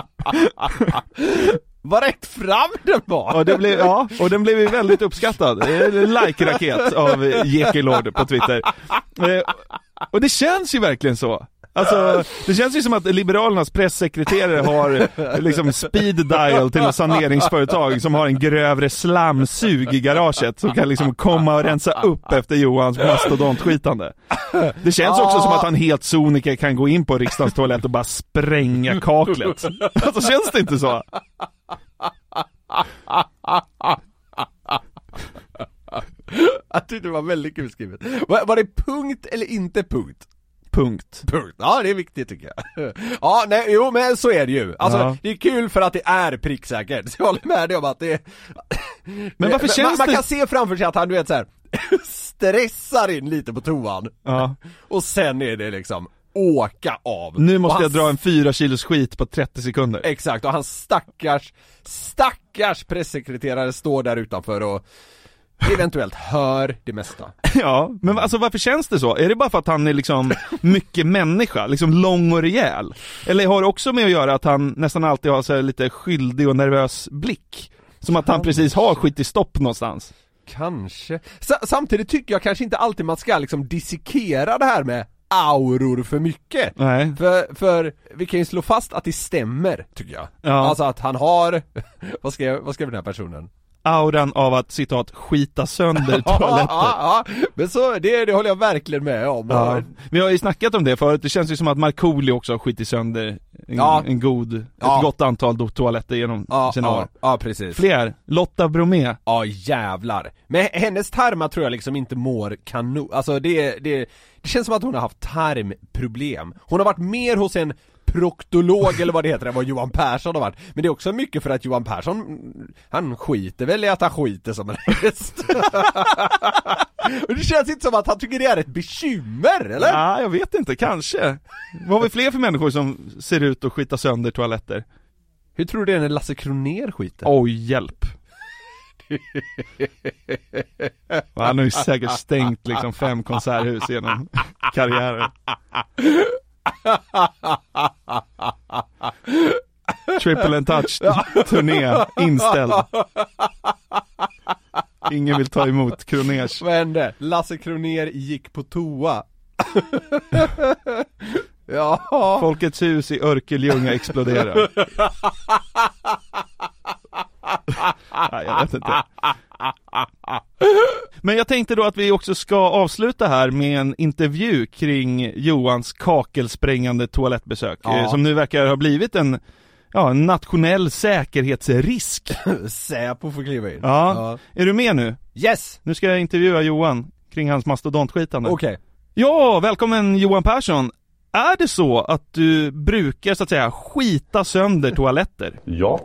Vad rätt fram den var. Och det blev, ja, och den blev ju väldigt uppskattad. Like-raket av Jekilord på Twitter. Och det känns ju verkligen så. Alltså, det känns ju som att Liberalernas presssekreterare har liksom speed dial till ett saneringsföretag som har en grövre slamsug i garaget som kan liksom komma och rensa upp efter Johans mastodontskitande. Det känns också som att han helt sonika kan gå in på riksdagens toalett och bara spränga kaklet. Alltså, känns det inte så? Jag tyckte det var väldigt kul skrivet. Var, var det punkt eller inte punkt? Punkt. Punkt. Ja, det är viktigt tycker jag. Ja, nej, jo, men så är det ju. Alltså, ja. Det är kul för att det är pricksäkert. Så jag håller med dig om att det är... Men varför känns man, det... Man kan se framför sig att han, du vet så här, stressar in lite på toan. Ja. Och sen är det liksom åka av. Nu måste han... jag dra en fyra kilos skit på trettio sekunder. Exakt, och hans stackars, stackars pressekreterare står där utanför och eventuellt hör det mesta. Ja, men alltså varför känns det så? Är det bara för att han är liksom mycket människa, liksom lång och rejäl? Eller har det också med att göra att han nästan alltid har så här lite skyldig och nervös blick? Som att han precis har skit i stopp någonstans. Kanske. S- samtidigt tycker jag kanske inte alltid man ska liksom dissekera det här med auror för mycket. Nej. För, för vi kan ju slå fast att det stämmer, tycker jag. Ja. Alltså att han har, vad skrev, vad skrev den här personen? Auran av att, citat, skita sönder toaletter. Ja, ja, men så, det, det håller jag verkligen med om. Ja. Vi har ju snackat om det förut. Det känns ju som att Markoolio också har skitit sönder en, ja. en god, ja. ett gott antal do- toaletter genom ja, sina ja, år. Ja, precis. Fler. Lotta Bromé. Ja, jävlar. Men hennes tarmar tror jag liksom inte mår kanon. Alltså det, det, det känns som att hon har haft tarmproblem. Hon har varit mer hos en proktolog eller vad det heter än vad Johan Persson har varit. Men det är också mycket för att Johan Persson, han skiter väl i att han skiter som en häst. Och det känns inte som att han tycker det är ett bekymmer, eller? Ja, jag vet inte, kanske. Vad har vi fler för människor som ser ut att skita sönder toaletter? Hur tror du det är när Lasse Kronér skiter? Oj, hjälp. Han har ju säkert stängt liksom fem konserthus genom karriären. Triple and touch turné inställd. Ingen vill ta emot Kroners. Vad hände? Lasse Kronér gick på toa. Ja. Folkets hus i Örkelljunga exploderar. Nej, jag vet inte. Men jag tänkte då att vi också ska avsluta här med en intervju kring Johans kakelsprängande toalettbesök, ja. Som nu verkar ha blivit en, ja, en nationell säkerhetsrisk. Säpo får kliva in. Ja. Ja. Är du med nu? Yes! Nu ska jag intervjua Johan kring hans mastodontskitande. Okej. Okay. Ja, välkommen Johan Persson. Är det så att du brukar så att säga skita sönder toaletter? Ja.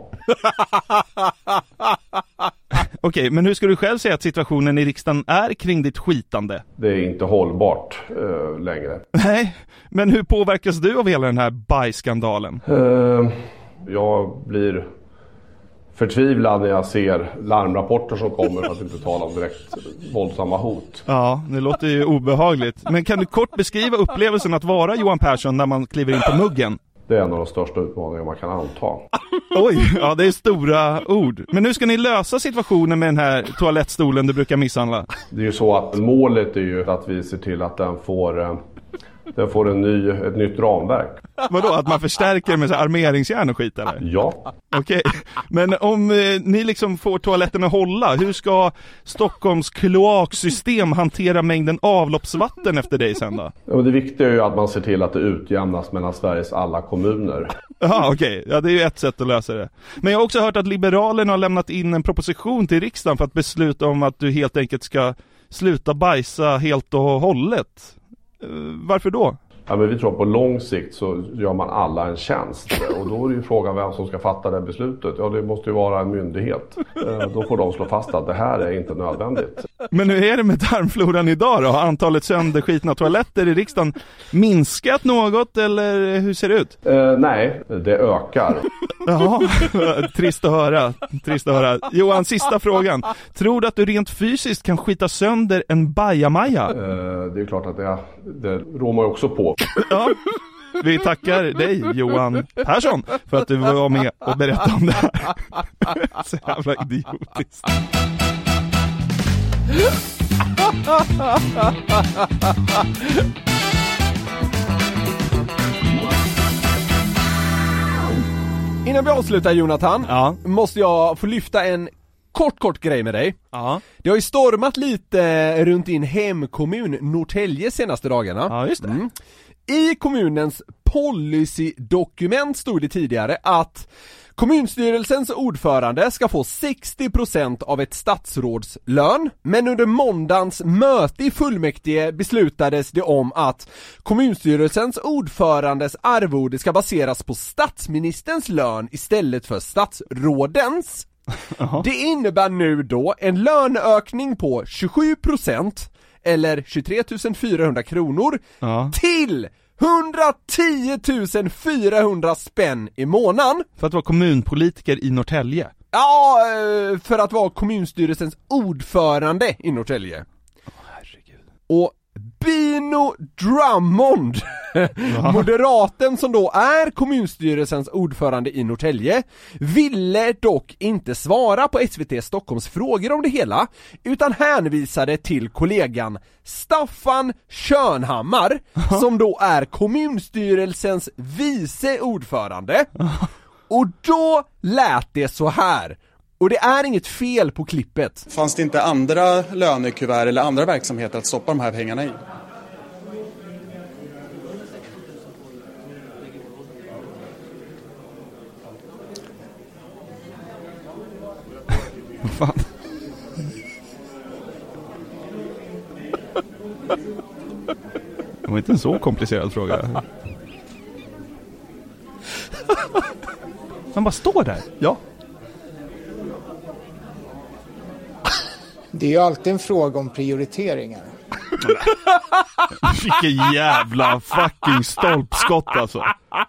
Okej, men hur ska du själv säga att situationen i riksdagen är kring ditt skitande? Det är inte hållbart uh, längre. Nej, men hur påverkas du av hela den här bajskandalen? Uh, jag blir förtvivlad när jag ser larmrapporter som kommer, för att inte tala om direkt våldsamma hot. Ja, det låter ju obehagligt. Men kan du kort beskriva upplevelsen att vara Johan Persson när man kliver in på muggen? Det är en av de största utmaningar man kan anta. Oj, ja det är stora ord. Men nu ska ni lösa situationen med den här toalettstolen du brukar misshandla. Det är ju så att målet är ju att vi ser till att den får, den får en ny, ett nytt ramverk. Vadå, att man förstärker med så här armeringsjärn och skit eller? Ja. Okej, men om eh, ni liksom får toaletten att hålla, hur ska Stockholms kloaksystem hantera mängden avloppsvatten efter dig sen då? Ja, det viktiga är ju att man ser till att det utjämnas mellan Sveriges alla kommuner. Ja, okej. Okay. Ja, det är ju ett sätt att lösa det. Men jag har också hört att Liberalerna har lämnat in en proposition till riksdagen för att besluta om att du helt enkelt ska sluta bajsa helt och hållet. Varför då? Ja, men vi tror på lång sikt så gör man alla en tjänst. Och då är det ju frågan vem som ska fatta det beslutet. Ja, det måste ju vara en myndighet. Då får de slå fast att det här är inte nödvändigt. Men hur är det med tarmfloran idag då? Har antalet sönderskitna toaletter i riksdagen minskat något eller hur ser det ut? Eh, nej, det ökar. Jaha, trist att höra. Trist att höra. Johan, sista frågan. Tror du att du rent fysiskt kan skita sönder en bajamaja? Eh, det är klart att det, det rår man ju också på. Ja, vi tackar dig Johan Persson för att du var med och berättade om det här. Så jävla idiotiskt. Innan vi avslutar Jonathan, ja. måste jag få lyfta en kort kort grej med dig. Ja. Det har ju stormat lite runt din hemkommun Norrtälje senaste dagarna. Ja, just det. Mm. I kommunens policydokument stod det tidigare att kommunstyrelsens ordförande ska få sextio procent av ett statsråds lön, men under måndagens möte i fullmäktige beslutades det om att kommunstyrelsens ordförandes arvode ska baseras på statsministerns lön istället för statsrådens. Uh-huh. Det innebär nu då en löneökning på tjugosju procent eller tjugotre tusen fyrahundra kronor uh-huh. till hundratio tusen fyrahundra spänn i månaden. För att vara kommunpolitiker i Norrtälje? Ja, för att vara kommunstyrelsens ordförande i Norrtälje. Oh, herregud. Och Bino Drummond, ja. moderaten som då är kommunstyrelsens ordförande i Norrtälje, ville dock inte svara på S V T Stockholms frågor om det hela, utan hänvisade till kollegan Staffan Könhammar, ja. som då är kommunstyrelsens vice ordförande. Ja. Och då lät det så här. Och det är inget fel på klippet. Fanns det inte andra lönekuvert eller andra verksamheter att stoppa de här pengarna i? Vad fan? Det var inte en så komplicerad fråga. Man bara står där. Ja. Det är ju alltid en fråga om prioriteringar. Vilken jävla fucking stolpskott alltså.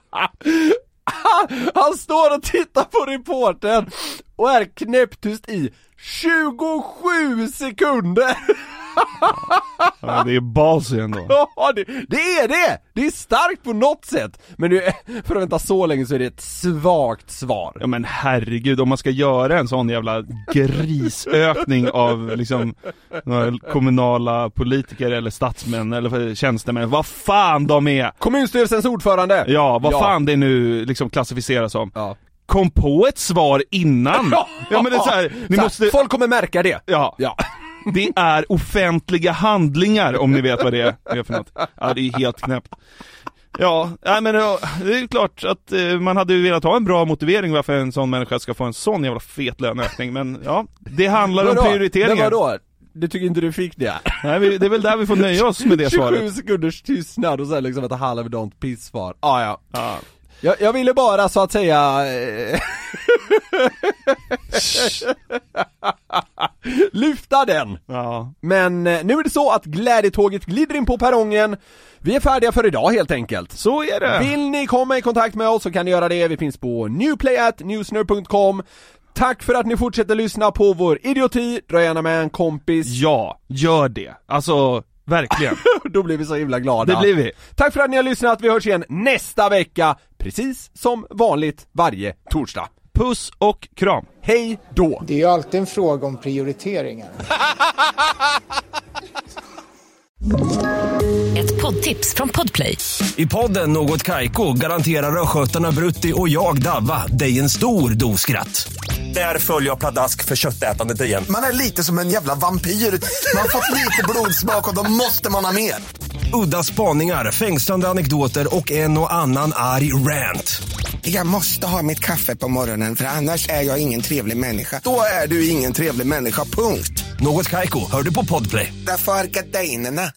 Han står och tittar på reportern och är knäpptyst i tjugosju sekunder. Ja, det är bas igen då. Ja, det, det är det. Det är starkt på något sätt. Men det, för att vänta så länge så är det ett svagt svar. Ja men herregud, om man ska göra en sån jävla grisökning av liksom några kommunala politiker eller statsmän eller tjänstemän, vad fan de är. Kommunstyrelsens ordförande. Ja, vad ja. fan det nu liksom klassificeras som. Ja. Kom på ett svar innan. Ja, ja men det är så här, ni så måste... folk kommer märka det. Ja. Ja. Det är offentliga handlingar, om ni vet vad det är för något. Ja, det är helt knäppt. Ja, nej, men det är klart att eh, man hade ju velat ha en bra motivering varför en sån människa ska få en sån jävla fet löneökning. Men ja, det handlar om prioriteringar. Men vadå? Det tycker inte du fick det? Nej, vi, det är väl där vi får nöja oss med det svaret. tjugosju sekunders tystnad och sen liksom ett halvdant pissvar. Ah, ja, ja. Jag, jag ville bara så att säga eh, lyfta den. Ja. Men eh, nu är det så att glädjetåget glider in på perrongen. Vi är färdiga för idag helt enkelt. Så är det. Vill ni komma i kontakt med oss så kan ni göra det. Vi finns på newplay at newsner punkt com. Tack för att ni fortsätter lyssna på vår idioti. Dra gärna med en kompis. Ja, gör det. Alltså... verkligen. Då blir vi så himla glada. Det blir vi. Tack för att ni har lyssnat. Vi hörs igen nästa vecka. Precis som vanligt varje torsdag. Puss och kram. Hej då. Det är ju alltid en fråga om prioriteringar. Ett poddtips från Podplay. I podden Något Kaiko garanterar röskötarna Brutti och jag Davva dig en stor doskratt. Där följer jag pladask för köttätandet igen. Man är lite som en jävla vampyr. Man har fått lite blodsmak och då måste man ha mer. Udda spaningar, fängslande anekdoter och en och annan arg rant. Jag måste ha mitt kaffe på morgonen för annars är jag ingen trevlig människa. Då är du ingen trevlig människa, punkt. Något Kaiko, hör du på Podplay. Därför är gardinerna.